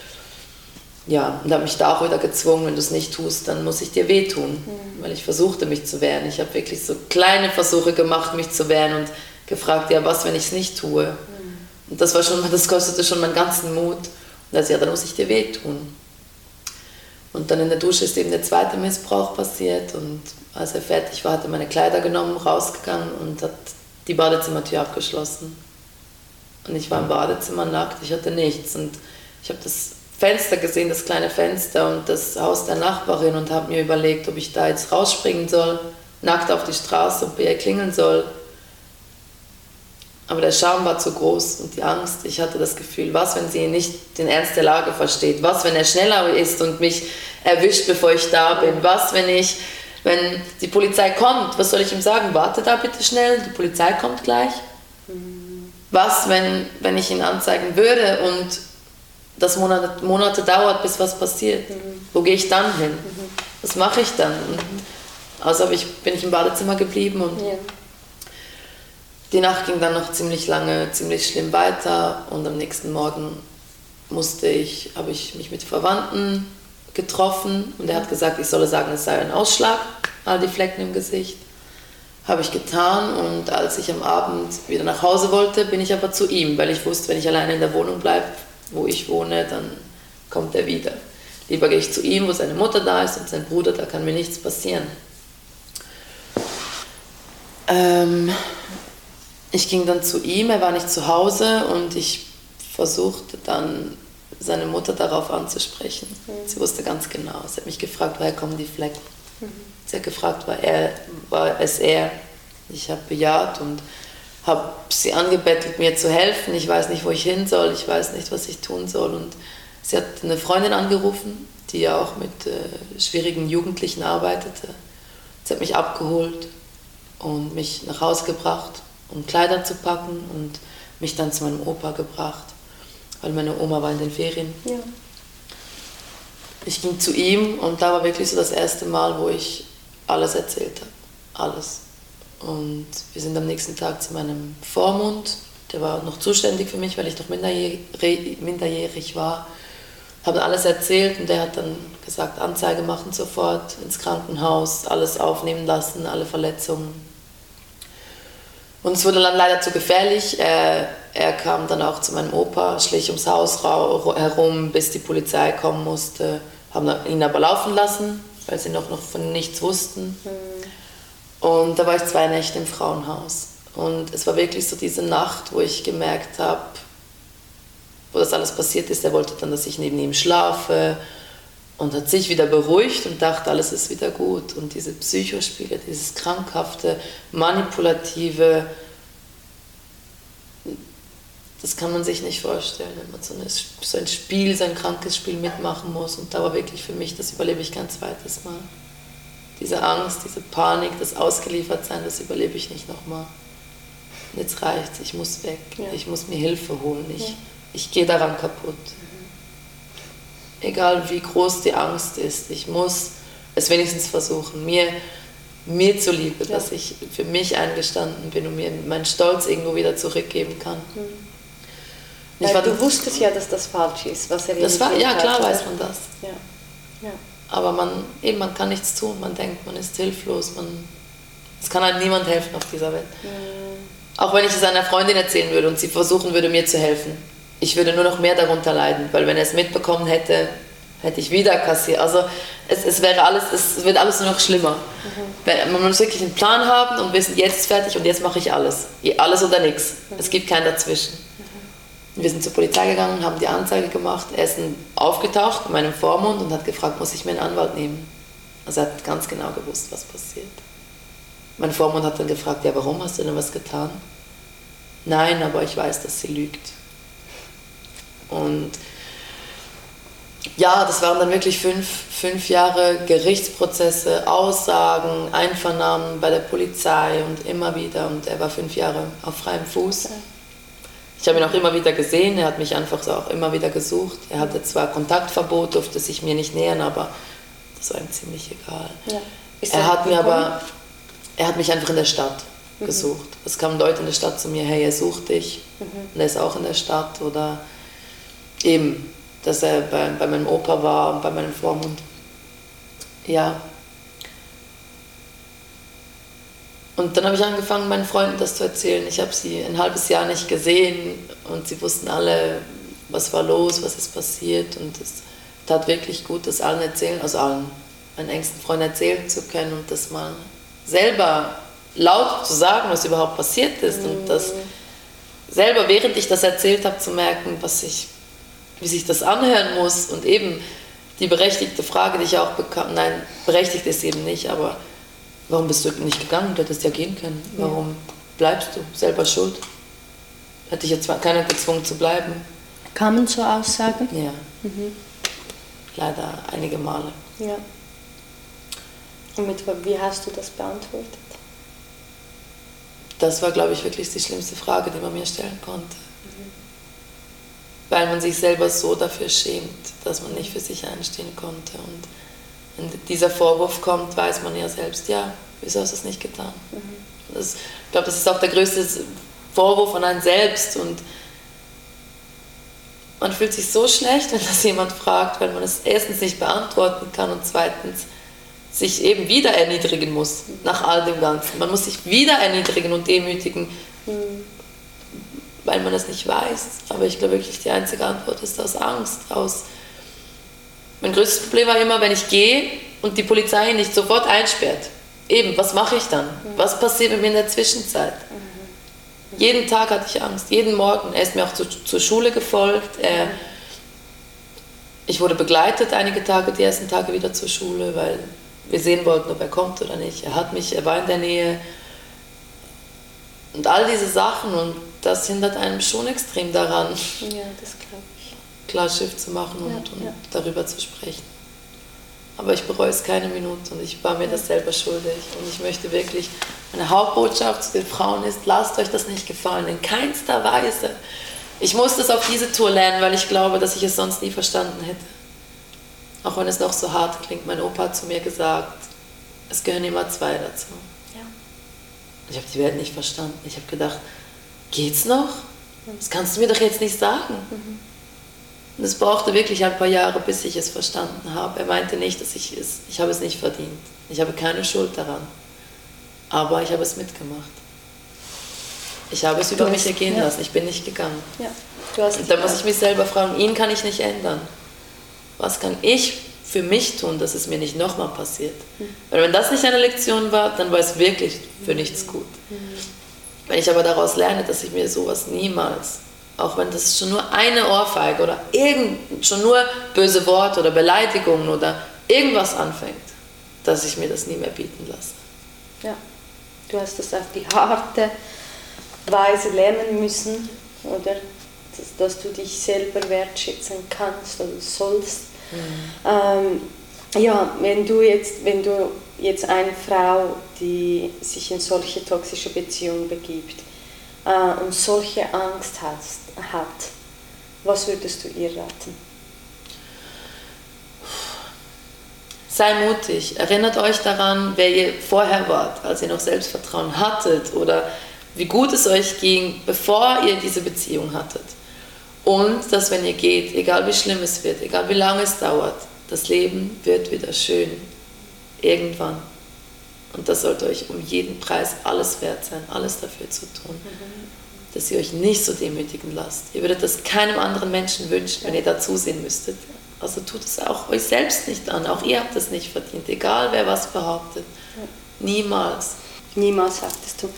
Und habe mich da auch wieder gezwungen, wenn du es nicht tust, dann muss ich dir wehtun. Weil ich versuchte, mich zu wehren. Ich habe wirklich so kleine Versuche gemacht, mich zu wehren und gefragt, ja, was, wenn ich es nicht tue? Und das kostete schon meinen ganzen Mut. Und er sagte, ja, dann muss ich dir wehtun. Und dann in der Dusche ist eben der zweite Missbrauch passiert. Und als er fertig war, hat er meine Kleider genommen, rausgegangen und hat die Badezimmertür abgeschlossen. Und ich war im Badezimmer nackt, ich hatte nichts. Und ich habe das Fenster gesehen, das kleine Fenster und das Haus der Nachbarin und habe mir überlegt, ob ich da jetzt rausspringen soll, nackt auf die Straße und bei ihr klingeln soll. Aber der Scham war zu groß und die Angst. Ich hatte das Gefühl, was, wenn sie nicht den Ernst der Lage versteht? Was, wenn er schneller ist und mich erwischt, bevor ich da bin? Was, wenn die Polizei kommt? Was soll ich ihm sagen? Warte da bitte schnell, die Polizei kommt gleich. Was, wenn ich ihn anzeigen würde und das Monate dauert, bis was passiert? Wo gehe ich dann hin? Was mache ich dann? Also bin ich im Badezimmer geblieben und die Nacht ging dann noch ziemlich lange, ziemlich schlimm weiter und am nächsten Morgen habe ich mich mit Verwandten getroffen und er hat gesagt, ich solle sagen, es sei ein Ausschlag, all die Flecken im Gesicht. Habe ich getan und als ich am Abend wieder nach Hause wollte, bin ich aber zu ihm, weil ich wusste, wenn ich alleine in der Wohnung bleibe, wo ich wohne, dann kommt er wieder. Lieber gehe ich zu ihm, wo seine Mutter da ist und sein Bruder, da kann mir nichts passieren. Ich ging dann zu ihm, er war nicht zu Hause und ich versuchte dann, seine Mutter darauf anzusprechen. Sie wusste ganz genau. Sie hat mich gefragt, woher kommen die Flecken. Sie hat gefragt, war es er? Ich habe bejaht und habe sie angebettelt, mir zu helfen. Ich weiß nicht, wo ich hin soll, ich weiß nicht, was ich tun soll. Und sie hat eine Freundin angerufen, die ja auch mit schwierigen Jugendlichen arbeitete. Sie hat mich abgeholt und mich nach Hause gebracht, um Kleider zu packen und mich dann zu meinem Opa gebracht, weil meine Oma war in den Ferien. Ja. Ich ging zu ihm und da war wirklich so das erste Mal, wo ich alles erzählt habe. Alles. Und wir sind am nächsten Tag zu meinem Vormund, der war noch zuständig für mich, weil ich noch minderjährig war. Haben alles erzählt und der hat dann gesagt, Anzeige machen sofort, ins Krankenhaus, alles aufnehmen lassen, alle Verletzungen. Und es wurde dann leider zu gefährlich. Er kam dann auch zu meinem Opa, schlich ums Haus herum, bis die Polizei kommen musste. Haben ihn aber laufen lassen, weil sie noch von nichts wussten. Und da war ich 2 Nächte im Frauenhaus. Und es war wirklich so diese Nacht, wo ich gemerkt habe, wo das alles passiert ist. Er wollte dann, dass ich neben ihm schlafe und hat sich wieder beruhigt und dachte, alles ist wieder gut. Und diese Psychospiele, dieses krankhafte, manipulative, das kann man sich nicht vorstellen, wenn man so ein Spiel, so ein krankes Spiel mitmachen muss. Und da war wirklich für mich, das überlebe ich kein zweites Mal. Diese Angst, diese Panik, das Ausgeliefertsein, das überlebe ich nicht nochmal. Und jetzt reicht's, ich muss weg, ich muss mir Hilfe holen, ich gehe daran kaputt. Egal wie groß die Angst ist, ich muss es wenigstens versuchen, mir zuliebe, dass ich für mich eingestanden bin und mir meinen Stolz irgendwo wieder zurückgeben kann. Weil du wusstest ja, dass das falsch ist, was er hat. Ja, klar weiß man das. Ja. Aber man kann nichts tun, man denkt, man ist hilflos, es kann halt niemand helfen auf dieser Welt. Auch wenn ich es einer Freundin erzählen würde und sie versuchen würde, mir zu helfen. Ich würde nur noch mehr darunter leiden, weil wenn er es mitbekommen hätte, hätte ich wieder kassiert. Also es wird alles nur noch schlimmer. Man muss wirklich einen Plan haben und wissen, jetzt ist fertig und jetzt mache ich alles. Alles oder nichts. Es gibt keinen dazwischen. Wir sind zur Polizei gegangen, haben die Anzeige gemacht. Er ist aufgetaucht bei meinem Vormund und hat gefragt, muss ich mir einen Anwalt nehmen? Also er hat ganz genau gewusst, was passiert. Mein Vormund hat dann gefragt, ja, warum hast du denn was getan? Nein, aber ich weiß, dass sie lügt. Und ja, das waren dann wirklich fünf Jahre Gerichtsprozesse, Aussagen, Einvernahmen bei der Polizei und immer wieder. Und er war 5 Jahre auf freiem Fuß. Ich habe ihn auch immer wieder gesehen, er hat mich einfach so auch immer wieder gesucht. Er hatte zwar Kontaktverbot, durfte sich mir nicht nähern, aber das war ihm ziemlich egal. Ja. Er hat mich einfach in der Stadt gesucht. Es kamen Leute in der Stadt zu mir, hey, er sucht dich. Und er ist auch in der Stadt. Oder eben, dass er bei meinem Opa war und bei meinem Vormund. Ja. Und dann habe ich angefangen, meinen Freunden das zu erzählen. Ich habe sie ein halbes Jahr nicht gesehen und sie wussten alle, was war los, was ist passiert. Und es tat wirklich gut, das allen erzählen, also allen meinen engsten Freunden erzählen zu können und das mal selber laut zu sagen, was überhaupt passiert ist. Und das selber, während ich das erzählt habe, zu merken, wie sich das anhören muss und eben die berechtigte Frage, die ich auch bekam, nein, berechtigt ist eben nicht, aber warum bist du nicht gegangen? Du hättest ja gehen können. Warum bleibst du? Selber schuld. Hätte ich jetzt keiner gezwungen zu bleiben. Kamen so Aussagen? Ja. Leider einige Male. Ja. Und wie hast du das beantwortet? Das war, glaube ich, wirklich die schlimmste Frage, die man mir stellen konnte. Weil man sich selber so dafür schämt, dass man nicht für sich einstehen konnte. Und wenn dieser Vorwurf kommt, weiß man ja selbst, ja, wieso hast du es nicht getan? Ich glaube, das ist auch der größte Vorwurf an einen selbst. Und man fühlt sich so schlecht, wenn das jemand fragt, weil man es erstens nicht beantworten kann und zweitens sich eben wieder erniedrigen muss, nach all dem Ganzen. Man muss sich wieder erniedrigen und demütigen, weil man es nicht weiß. Aber ich glaube wirklich, die einzige Antwort ist aus Angst. Mein größtes Problem war immer, wenn ich gehe und die Polizei nicht sofort einsperrt. Eben, was mache ich dann? Was passiert mit mir in der Zwischenzeit? Jeden Tag hatte ich Angst, jeden Morgen. Er ist mir auch zur Schule gefolgt. Ich wurde begleitet einige Tage, die ersten Tage wieder zur Schule, weil wir sehen wollten, ob er kommt oder nicht. Er war in der Nähe. Und all diese Sachen, und das hindert einem schon extrem daran, Ja, das glaube ich. klar Schiff zu machen und darüber zu sprechen. Aber ich bereue es keine Minute und ich war mir das selber schuldig. Und ich möchte wirklich, meine Hauptbotschaft zu den Frauen ist, lasst euch das nicht gefallen, in keinster Weise. Ich musste es auf diese Tour lernen, weil ich glaube, dass ich es sonst nie verstanden hätte. Auch wenn es noch so hart klingt, mein Opa hat zu mir gesagt, es gehören immer zwei dazu. Ja. Ich habe die Welt nicht verstanden. Ich habe gedacht, geht's noch? Das kannst du mir doch jetzt nicht sagen. Und es brauchte wirklich ein paar Jahre, bis ich es verstanden habe. Er meinte nicht, dass ich habe es nicht verdient. Ich habe keine Schuld daran. Aber ich habe es mitgemacht. Ich habe es über mich ergehen lassen. Ich bin nicht gegangen. Ja. Und da muss ich mich selber fragen, ihn kann ich nicht ändern. Was kann ich für mich tun, dass es mir nicht nochmal passiert? Weil wenn das nicht eine Lektion war, dann war es wirklich für nichts gut. Wenn ich aber daraus lerne, dass ich mir sowas niemals, auch wenn das schon nur eine Ohrfeige oder schon nur böse Worte oder Beleidigungen oder irgendwas anfängt, dass ich mir das nie mehr bieten lasse. Ja, du hast das auf die harte Weise lernen müssen, oder? Dass du dich selber wertschätzen kannst oder sollst. Ja, wenn du jetzt eine Frau, die sich in solche toxische Beziehungen begibt und solche Angst hat, was würdest du ihr raten? Sei mutig. Erinnert euch daran, wer ihr vorher wart, als ihr noch Selbstvertrauen hattet oder wie gut es euch ging, bevor ihr diese Beziehung hattet. Und dass, wenn ihr geht, egal wie schlimm es wird, egal wie lange es dauert, das Leben wird wieder schön. Irgendwann. Und das sollte euch um jeden Preis alles wert sein, alles dafür zu tun, dass ihr euch nicht so demütigen lasst. Ihr würdet das keinem anderen Menschen wünschen, wenn ihr da zusehen müsstet. Also tut es auch euch selbst nicht an. Auch ihr habt es nicht verdient, egal wer was behauptet. Niemals. Niemals sagtest du.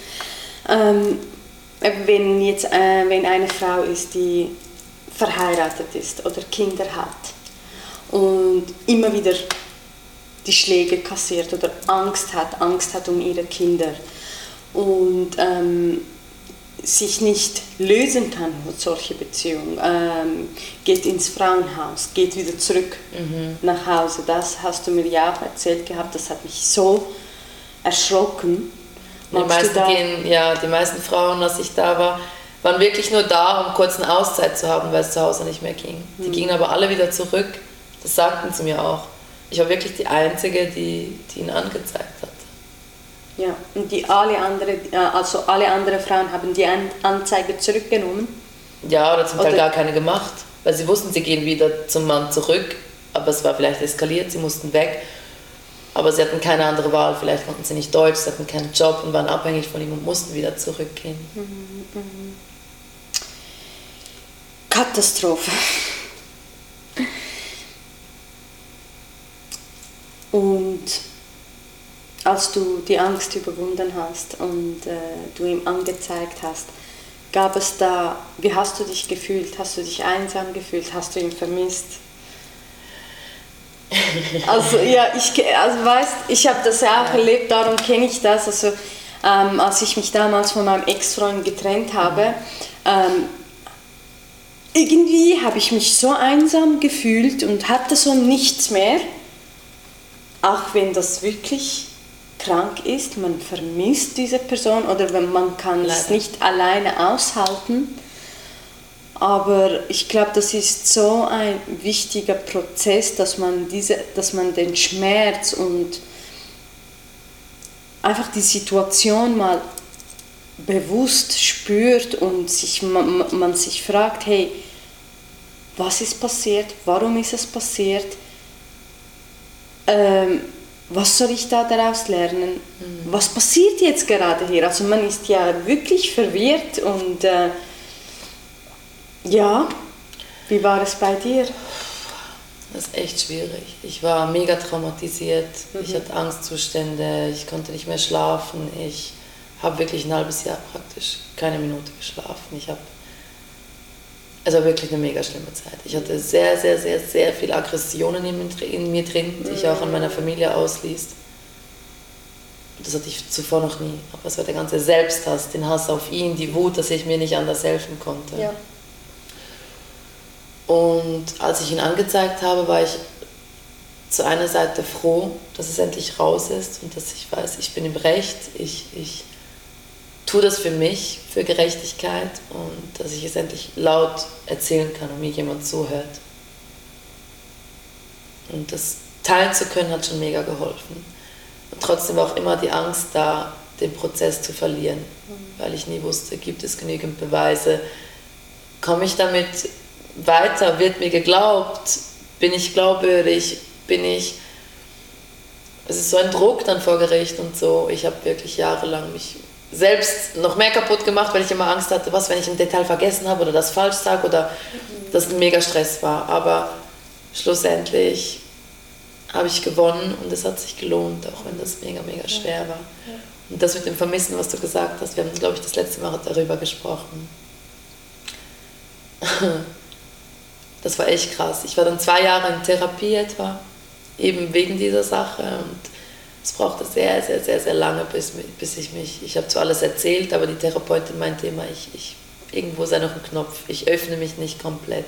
Wenn eine Frau ist, die verheiratet ist oder Kinder hat und immer wieder die Schläge kassiert oder Angst hat um ihre Kinder und sich nicht lösen kann von solchen Beziehungen, geht ins Frauenhaus, geht wieder zurück nach Hause. Das hast du mir ja auch erzählt gehabt, das hat mich so erschrocken. Die meisten Frauen, als ich da war, waren wirklich nur da, um kurz eine Auszeit zu haben, weil es zu Hause nicht mehr ging. Die gingen aber alle wieder zurück. Das sagten sie mir auch. Ich war wirklich die Einzige, die ihn angezeigt hat. Ja, und alle anderen Frauen haben die Anzeige zurückgenommen? Ja, oder zum Teil gar keine gemacht. Weil sie wussten, sie gehen wieder zum Mann zurück, aber es war vielleicht eskaliert, sie mussten weg. Aber sie hatten keine andere Wahl, vielleicht konnten sie nicht Deutsch, sie hatten keinen Job und waren abhängig von ihm und mussten wieder zurückgehen. Katastrophe. Und als du die Angst überwunden hast und du ihm angezeigt hast, Gab es da, wie hast du dich gefühlt? Hast du dich einsam gefühlt? Hast du ihn vermisst? Also ja, ich habe das ja auch erlebt, darum kenne ich das. Also als ich mich damals von meinem Ex-Freund getrennt habe, irgendwie habe ich mich so einsam gefühlt und hatte so nichts mehr, auch wenn das wirklich krank ist, man vermisst diese Person oder man kann es nicht alleine aushalten. Aber ich glaube, das ist so ein wichtiger Prozess, dass man den Schmerz und einfach die Situation mal bewusst spürt und man sich fragt, hey, was ist passiert, warum ist es passiert, was soll ich da daraus lernen, was passiert jetzt gerade hier? Also man ist ja wirklich verwirrt und ja, wie war es bei dir? Das ist echt schwierig. Ich war mega traumatisiert, ich hatte Angstzustände, ich konnte nicht mehr schlafen, ich habe wirklich ein halbes Jahr praktisch keine Minute geschlafen. Es war wirklich eine mega schlimme Zeit. Ich hatte sehr, sehr, sehr, sehr viele Aggressionen in mir drin, die ich auch an meiner Familie ausließ. Das hatte ich zuvor noch nie. Aber es war der ganze Selbsthass, den Hass auf ihn, die Wut, dass ich mir nicht anders helfen konnte. Ja. Und als ich ihn angezeigt habe, war ich zu einer Seite froh, dass es endlich raus ist und dass ich weiß, ich bin im Recht, ich tue das für mich, für Gerechtigkeit und dass ich es endlich laut erzählen kann und mir jemand zuhört. Und das teilen zu können, hat schon mega geholfen. Und trotzdem war auch immer die Angst da, den Prozess zu verlieren, weil ich nie wusste, gibt es genügend Beweise, komme ich damit weiter, wird mir geglaubt, bin ich glaubwürdig, es ist so ein Druck dann vor Gericht und so. Ich habe wirklich jahrelang mich selbst noch mehr kaputt gemacht, weil ich immer Angst hatte, was, wenn ich ein Detail vergessen habe oder das falsch sage oder dass ein mega Stress war. Aber schlussendlich habe ich gewonnen und es hat sich gelohnt, auch wenn das mega, mega schwer war. Und das mit dem Vermissen, was du gesagt hast, wir haben, glaube ich, das letzte Mal darüber gesprochen. Das war echt krass. Ich war dann 2 Jahre in Therapie etwa, eben wegen dieser Sache und es brauchte sehr, sehr, sehr, sehr lange, ich habe zwar alles erzählt, aber die Therapeutin meinte immer, irgendwo ist noch ein Knopf, ich öffne mich nicht komplett.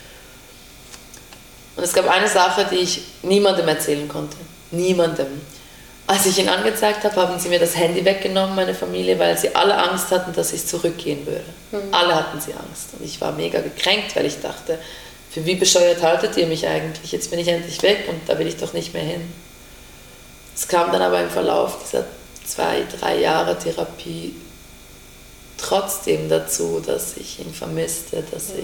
Und es gab eine Sache, die ich niemandem erzählen konnte. Niemandem. Als ich ihn angezeigt habe, haben sie mir das Handy weggenommen, meine Familie, weil sie alle Angst hatten, dass ich zurückgehen würde. Alle hatten sie Angst. Und ich war mega gekränkt, weil ich dachte, für wie bescheuert haltet ihr mich eigentlich? Jetzt bin ich endlich weg und da will ich doch nicht mehr hin. Es kam dann aber im Verlauf dieser 2-3 Jahre Therapie trotzdem dazu, dass ich ihn vermisste,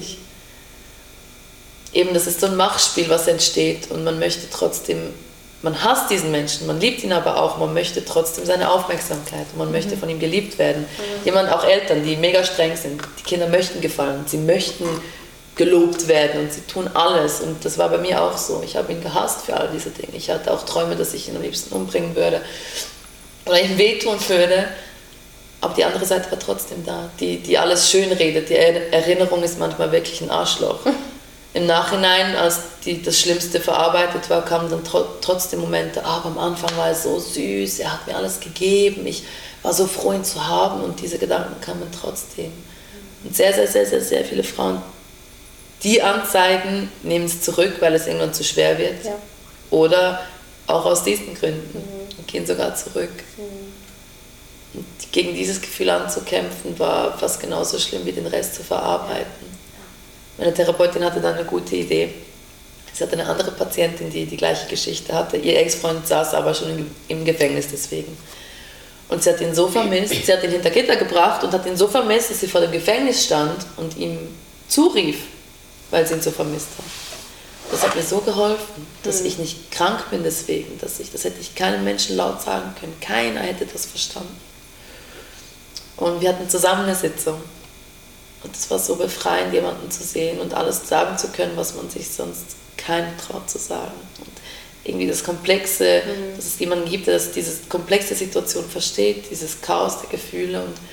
das ist so ein Machtspiel, was entsteht und man möchte trotzdem, man hasst diesen Menschen, man liebt ihn aber auch, man möchte trotzdem seine Aufmerksamkeit und man möchte von ihm geliebt werden. Jemand, auch Eltern, die mega streng sind, die Kinder möchten gefallen, sie möchten gelobt werden und sie tun alles und das war bei mir auch so. Ich habe ihn gehasst für all diese Dinge. Ich hatte auch Träume, dass ich ihn am liebsten umbringen würde oder ihm wehtun würde, aber die andere Seite war trotzdem da, die alles schön redet. Die Erinnerung ist manchmal wirklich ein Arschloch. Im Nachhinein, als das Schlimmste verarbeitet war, kamen dann trotzdem Momente, aber am Anfang war er so süß, er hat mir alles gegeben, ich war so froh, ihn zu haben und diese Gedanken kamen trotzdem. Und sehr, sehr, sehr, sehr, sehr viele Frauen, die anzeigen, nehmen es zurück, weil es irgendwann zu schwer wird. Ja. Oder auch aus diesen Gründen und gehen sogar zurück. Und gegen dieses Gefühl anzukämpfen, war fast genauso schlimm wie den Rest zu verarbeiten. Meine Therapeutin hatte dann eine gute Idee. Sie hatte eine andere Patientin, die die gleiche Geschichte hatte. Ihr Ex-Freund saß aber schon im Gefängnis deswegen. Und sie hat ihn so vermisst, sie hat ihn hinter Gitter gebracht und hat ihn so vermisst, dass sie vor dem Gefängnis stand und ihm zurief, weil sie ihn so vermisst hat. Das hat mir so geholfen, dass ich nicht krank bin deswegen, das hätte ich keinem Menschen laut sagen können. Keiner hätte das verstanden. Und wir hatten zusammen eine Sitzung. Und es war so befreiend, jemanden zu sehen und alles sagen zu können, was man sich sonst keinem traut zu sagen. Und irgendwie das Komplexe, dass es jemanden gibt, der diese komplexe Situation versteht, dieses Chaos der Gefühle und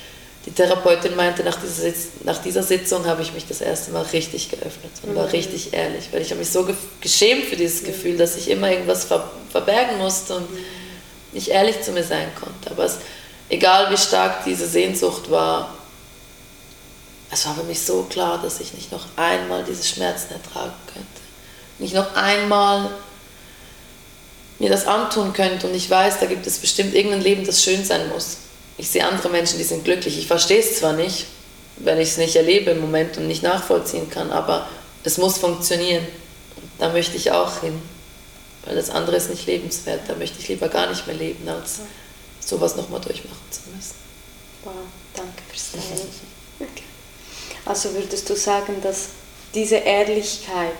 Die Therapeutin meinte, nach dieser Sitzung habe ich mich das erste Mal richtig geöffnet und war richtig ehrlich, weil ich habe mich so geschämt für dieses Gefühl, dass ich immer irgendwas verbergen musste und nicht ehrlich zu mir sein konnte. Aber egal wie stark diese Sehnsucht war, es war für mich so klar, dass ich nicht noch einmal diese Schmerzen ertragen könnte. Nicht noch einmal mir das antun könnte und ich weiß, da gibt es bestimmt irgendein Leben, das schön sein muss. Ich sehe andere Menschen, die sind glücklich. Ich verstehe es zwar nicht, weil ich es nicht erlebe im Moment und nicht nachvollziehen kann, aber es muss funktionieren. Da möchte ich auch hin, weil das andere ist nicht lebenswert. Da möchte ich lieber gar nicht mehr leben, als sowas nochmal durchmachen zu müssen. Wow, danke fürs Teilen. Okay. Also würdest du sagen, dass diese Ehrlichkeit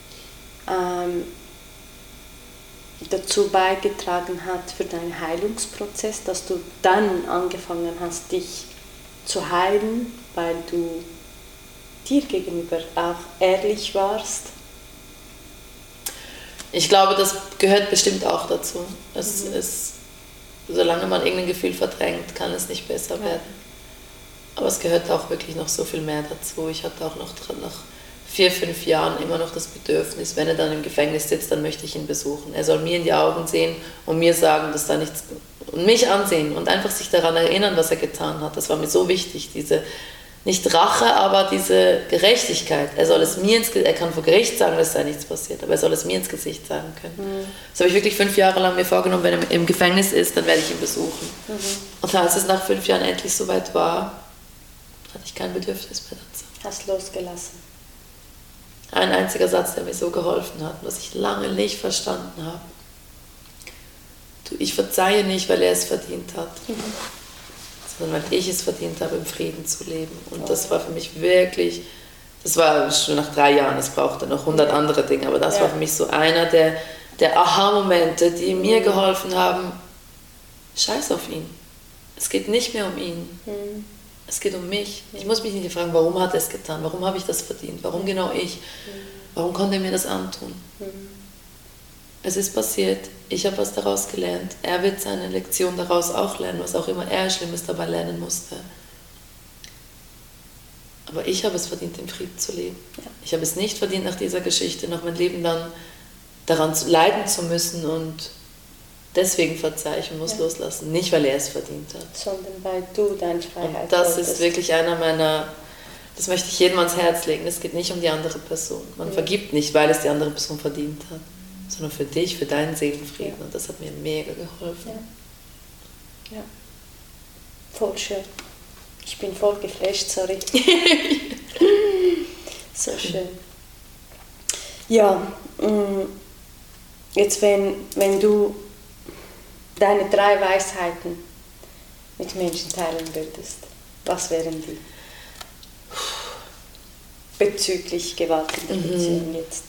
dazu beigetragen hat für deinen Heilungsprozess, dass du dann angefangen hast, dich zu heilen, weil du dir gegenüber auch ehrlich warst? Ich glaube, das gehört bestimmt auch dazu. Solange man irgendein Gefühl verdrängt, kann es nicht besser werden. Aber es gehört auch wirklich noch so viel mehr dazu. Ich hatte auch noch nach 4-5 Jahren immer noch das Bedürfnis, wenn er dann im Gefängnis sitzt, dann möchte ich ihn besuchen. Er soll mir in die Augen sehen und mir sagen, dass da nichts, und mich ansehen und einfach sich daran erinnern, was er getan hat. Das war mir so wichtig, diese, nicht Rache, aber diese Gerechtigkeit. Er soll es mir er kann vor Gericht sagen, dass da nichts passiert, aber er soll es mir ins Gesicht sagen können. Das habe ich wirklich 5 Jahre lang mir vorgenommen, wenn er im Gefängnis ist, dann werde ich ihn besuchen. Und als es nach 5 Jahren endlich soweit war, hatte ich kein Bedürfnis mehr dazu. Hast losgelassen. Ein einziger Satz, der mir so geholfen hat, was ich lange nicht verstanden habe. Ich verzeihe nicht, weil er es verdient hat, sondern weil ich es verdient habe, im Frieden zu leben. Und das war für mich wirklich, das war schon nach 3 Jahren, es brauchte noch 100 andere Dinge, aber das war für mich so einer der Aha-Momente, die mir geholfen haben, scheiß auf ihn. Es geht nicht mehr um ihn. Es geht um mich. Ich muss mich nicht fragen, warum hat er es getan? Warum habe ich das verdient? Warum genau ich? Warum konnte er mir das antun? Es ist passiert. Ich habe was daraus gelernt. Er wird seine Lektion daraus auch lernen, was auch immer er Schlimmes dabei lernen musste. Aber ich habe es verdient, im Frieden zu leben. Ich habe es nicht verdient, nach dieser Geschichte noch mein Leben dann daran leiden zu müssen und deswegen verzeihe ich und muss loslassen. Nicht, weil er es verdient hat. Sondern weil du deine Freiheit und das wolltest. Ist wirklich einer meiner, das möchte ich jedem ans Herz legen. Es geht nicht um die andere Person. Man vergibt nicht, weil es die andere Person verdient hat, sondern für dich, für deinen Seelenfrieden. Und das hat mir mega geholfen. Ja. Voll schön. Ich bin voll geflasht, sorry. So schön. Ja, jetzt wenn du deine 3 Weisheiten mit Menschen teilen würdest, was wären die? Bezüglich Gewalt in der Beziehung jetzt.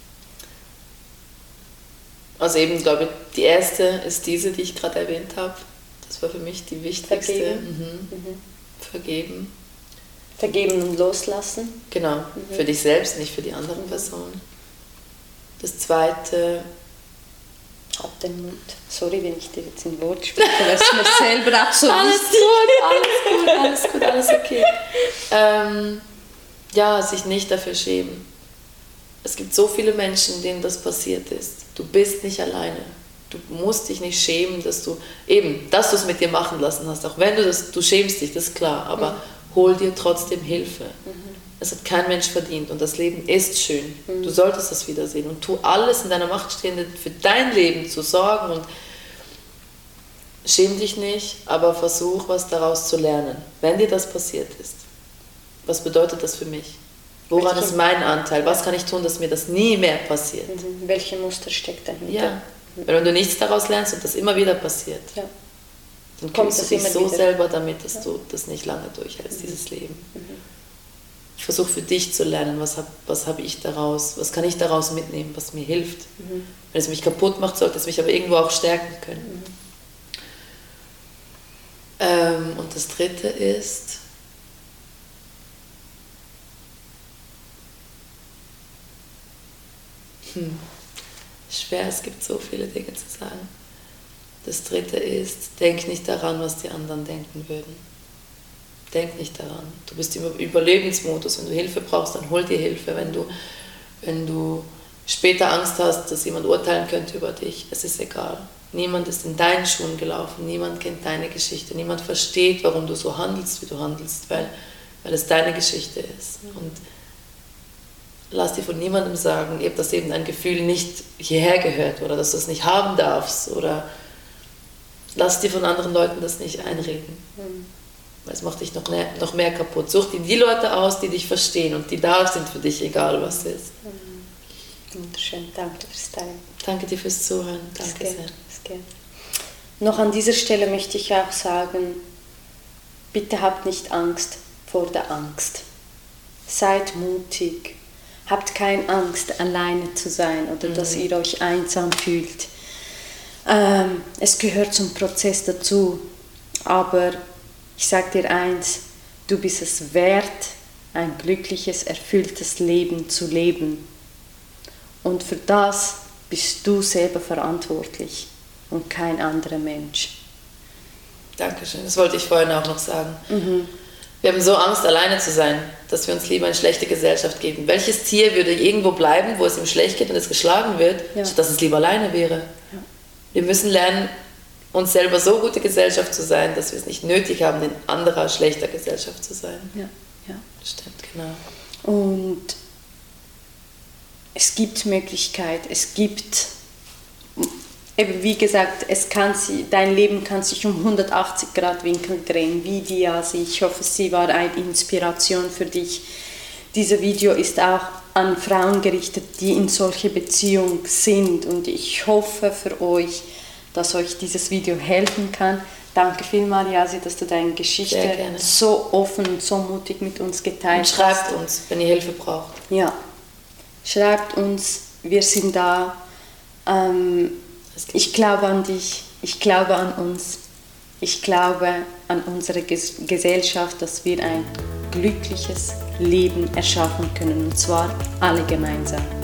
Also eben, glaube ich, die erste ist diese, die ich gerade erwähnt habe. Das war für mich die wichtigste. Vergeben. Vergeben und loslassen. Genau, für dich selbst, nicht für die anderen Personen. Das zweite... Hab den Mut. Sorry, wenn ich dir jetzt ein Wort spreche, weil es mir selber auch so wichtig. Alles okay. Ja, sich nicht dafür schämen. Es gibt so viele Menschen, denen das passiert ist. Du bist nicht alleine. Du musst dich nicht schämen, dass du es mit dir machen lassen hast. Auch wenn du schämst dich, das ist klar, aber hol dir trotzdem Hilfe. Es hat kein Mensch verdient und das Leben ist schön. Du solltest das wiedersehen und tu alles in deiner Macht Stehende für dein Leben zu sorgen und schäm dich nicht, aber versuch, was daraus zu lernen. Wenn dir das passiert ist, was bedeutet das für mich? Woran ist mein Anteil? Was kann ich tun, dass mir das nie mehr passiert? Welche Muster steckt dahinter? Ja. Wenn du nichts daraus lernst und das immer wieder passiert, dann kommst du dich so selber damit, dass du das nicht lange durchhältst, dieses Leben. Ich versuche für dich zu lernen, was habe ich daraus, was kann ich daraus mitnehmen, was mir hilft. Wenn es mich kaputt macht, sollte es mich aber irgendwo auch stärken können. Und das dritte ist, schwer, es gibt so viele Dinge zu sagen. Das dritte ist, denk nicht daran, was die anderen denken würden. denk nicht daran. Du bist im Überlebensmodus. Wenn du Hilfe brauchst, dann hol dir Hilfe. Wenn du später Angst hast, dass jemand urteilen könnte über dich, es ist egal. Niemand ist in deinen Schuhen gelaufen, niemand kennt deine Geschichte, niemand versteht, warum du so handelst, wie du handelst, weil es deine Geschichte ist. Und lass dir von niemandem sagen, dass eben dein Gefühl nicht hierher gehört oder dass du es nicht haben darfst oder lass dir von anderen Leuten das nicht einreden. Weil es macht dich noch mehr kaputt. Such dir die Leute aus, die dich verstehen und die da sind für dich, egal was ist. Wunderschön, danke fürs Teilen. Danke dir fürs Zuhören. Danke sehr. Noch an dieser Stelle möchte ich auch sagen, bitte habt nicht Angst vor der Angst. Seid mutig. Habt keine Angst, alleine zu sein oder dass ihr euch einsam fühlt. Es gehört zum Prozess dazu. Aber ich sage dir eins, du bist es wert, ein glückliches, erfülltes Leben zu leben. Und für das bist du selber verantwortlich und kein anderer Mensch. Dankeschön, das wollte ich vorhin auch noch sagen. Wir haben so Angst, alleine zu sein, dass wir uns lieber eine schlechte Gesellschaft geben. Welches Tier würde irgendwo bleiben, wo es ihm schlecht geht und es geschlagen wird, statt dass es lieber alleine wäre? Ja. Wir müssen lernen, uns selber so gute Gesellschaft zu sein, dass wir es nicht nötig haben, in anderer schlechter Gesellschaft zu sein. Ja. Stimmt, genau. Und es gibt Möglichkeit, es gibt, eben wie gesagt, dein Leben kann sich um 180 Grad Winkel drehen, wie die Yasi. Ich hoffe, sie war eine Inspiration für dich. Dieses Video ist auch an Frauen gerichtet, die in solche Beziehungen sind und ich hoffe für euch, dass euch dieses Video helfen kann. Danke vielmals, Yasi, dass du deine Geschichte so offen und so mutig mit uns geteilt hast. Und schreibt uns, wenn ihr Hilfe braucht. Ja, schreibt uns, wir sind da. Ich glaube an dich, ich glaube an uns, ich glaube an unsere Gesellschaft, dass wir ein glückliches Leben erschaffen können, und zwar alle gemeinsam.